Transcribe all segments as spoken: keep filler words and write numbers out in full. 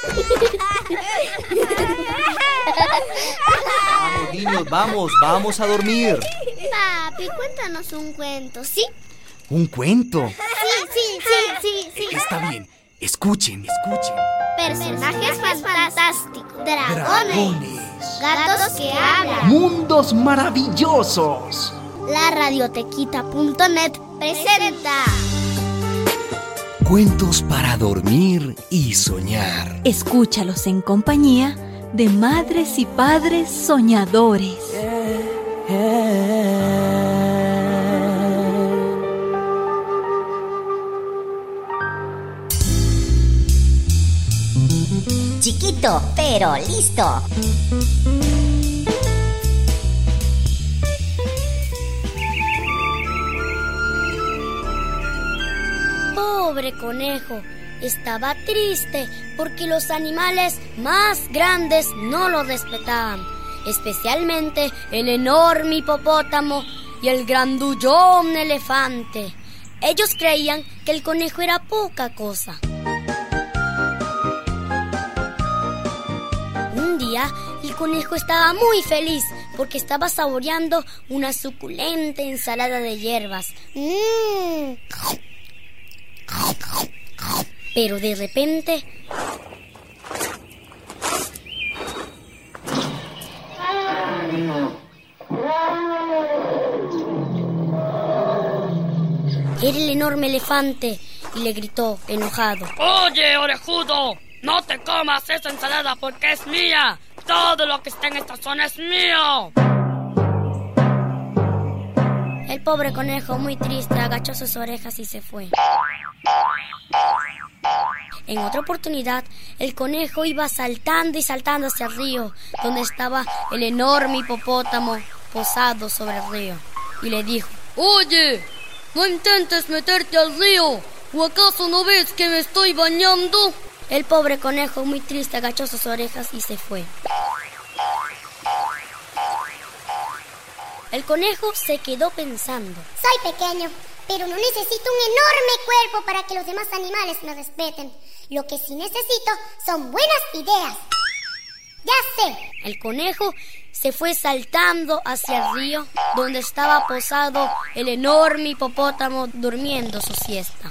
Vamos, niños, vamos, vamos a dormir. Papi, cuéntanos un cuento, ¿sí? ¿Un cuento? Sí, sí, sí, sí, sí. Está bien, escuchen, escuchen. Personajes fantásticos. Dragones. Dragones. Gatos que hablan. Mundos maravillosos. La radiotequita punto net presenta Cuentos para dormir y soñar. Escúchalos en compañía de madres y padres soñadores. Chiquito, pero listo. Pobre conejo, estaba triste porque los animales más grandes no lo respetaban, especialmente el enorme hipopótamo y el grandullón elefante. Ellos creían que el conejo era poca cosa. Un día, el conejo estaba muy feliz porque estaba saboreando una suculenta ensalada de hierbas. Mmm. Pero de repente... era el enorme elefante y le gritó, enojado: ¡Oye, orejudo! ¡No te comas esa ensalada porque es mía! ¡Todo lo que está en esta zona es mío! El pobre conejo, muy triste, agachó sus orejas y se fue. En otra oportunidad, el conejo iba saltando y saltando hacia el río, donde estaba el enorme hipopótamo posado sobre el río, y le dijo: ¡Oye! ¡No intentes meterte al río! ¿O acaso no ves que me estoy bañando? El pobre conejo, muy triste, agachó sus orejas y se fue. El conejo se quedó pensando: soy pequeño, pero no necesito un enorme cuerpo para que los demás animales me respeten. Lo que sí necesito son buenas ideas. ¡Ya sé! El conejo se fue saltando hacia el río, donde estaba posado el enorme hipopótamo durmiendo su siesta.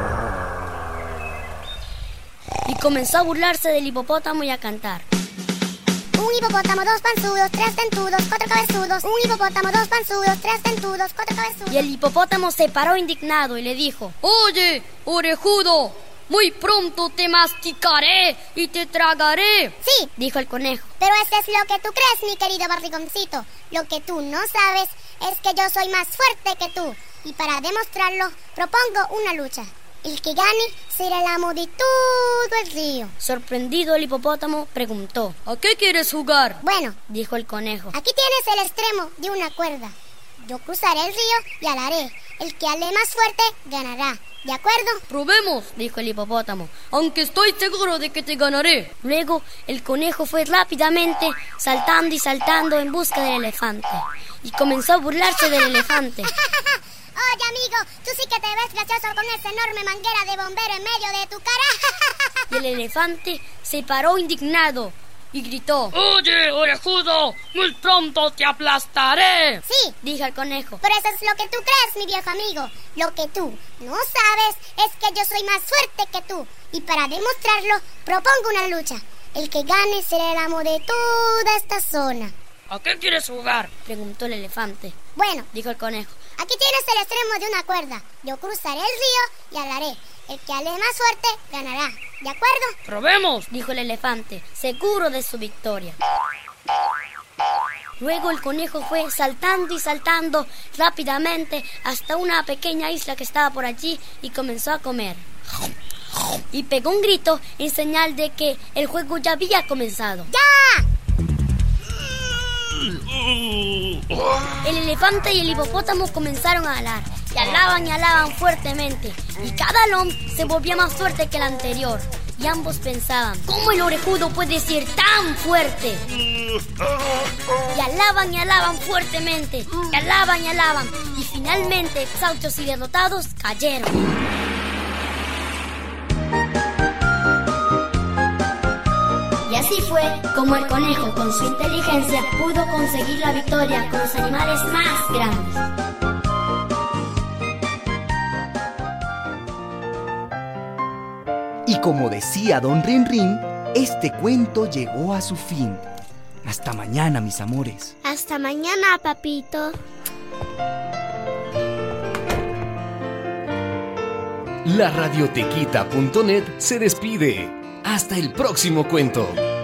Y comenzó a burlarse del hipopótamo y a cantar: un hipopótamo, dos panzudos, tres dentudos, cuatro cabezudos. Un hipopótamo, dos panzudos, tres dentudos, cuatro cabezudos. Y el hipopótamo se paró indignado y le dijo: ¡Oye, orejudo! Muy pronto te masticaré y te tragaré. Sí, dijo el conejo. Pero eso es lo que tú crees, mi querido barrigoncito. Lo que tú no sabes es que yo soy más fuerte que tú. Y para demostrarlo, propongo una lucha. El que gane será el amo de todo el río. Sorprendido, el hipopótamo preguntó: ¿a qué quieres jugar? Bueno, dijo el conejo, aquí tienes el extremo de una cuerda. Yo cruzaré el río y alaré. El que ale más fuerte ganará. ¿De acuerdo? Probemos, dijo el hipopótamo, aunque estoy seguro de que te ganaré. Luego, el conejo fue rápidamente saltando y saltando en busca del elefante. Y comenzó a burlarse del elefante. Oye, amigo, tú sí que te ves gracioso con esa enorme manguera de bombero en medio de tu cara. Y el elefante se paró indignado y gritó: ¡Oye, orejudo! ¡Muy pronto te aplastaré! Sí, dijo el conejo. Pero eso es lo que tú crees, mi viejo amigo. Lo que tú no sabes es que yo soy más fuerte que tú. Y para demostrarlo, propongo una lucha. El que gane será el amo de toda esta zona. ¿A qué quieres jugar?, preguntó el elefante. Bueno, dijo el conejo, aquí tienes el extremo de una cuerda. Yo cruzaré el río y alaré. El que ale más fuerte ganará. ¿De acuerdo? ¡Probemos!, dijo el elefante, seguro de su victoria. Luego el conejo fue saltando y saltando rápidamente hasta una pequeña isla que estaba por allí y comenzó a comer. Y pegó un grito en señal de que el juego ya había comenzado. ¡Ya! El elefante y el hipopótamo comenzaron a alar, y alaban y alaban fuertemente, y cada alón se volvía más fuerte que el anterior. Y ambos pensaban: ¿cómo el orejudo puede ser tan fuerte? Y alaban y alaban fuertemente, y alaban y alaban, y finalmente, exhaustos y derrotados, cayeron. así fue como el conejo, con su inteligencia, pudo conseguir la victoria con los animales más grandes. Y como decía don Rin Rin, este cuento llegó a su fin. Hasta mañana, mis amores. Hasta mañana, papito. La radiotequita punto net se despide. Hasta el próximo cuento.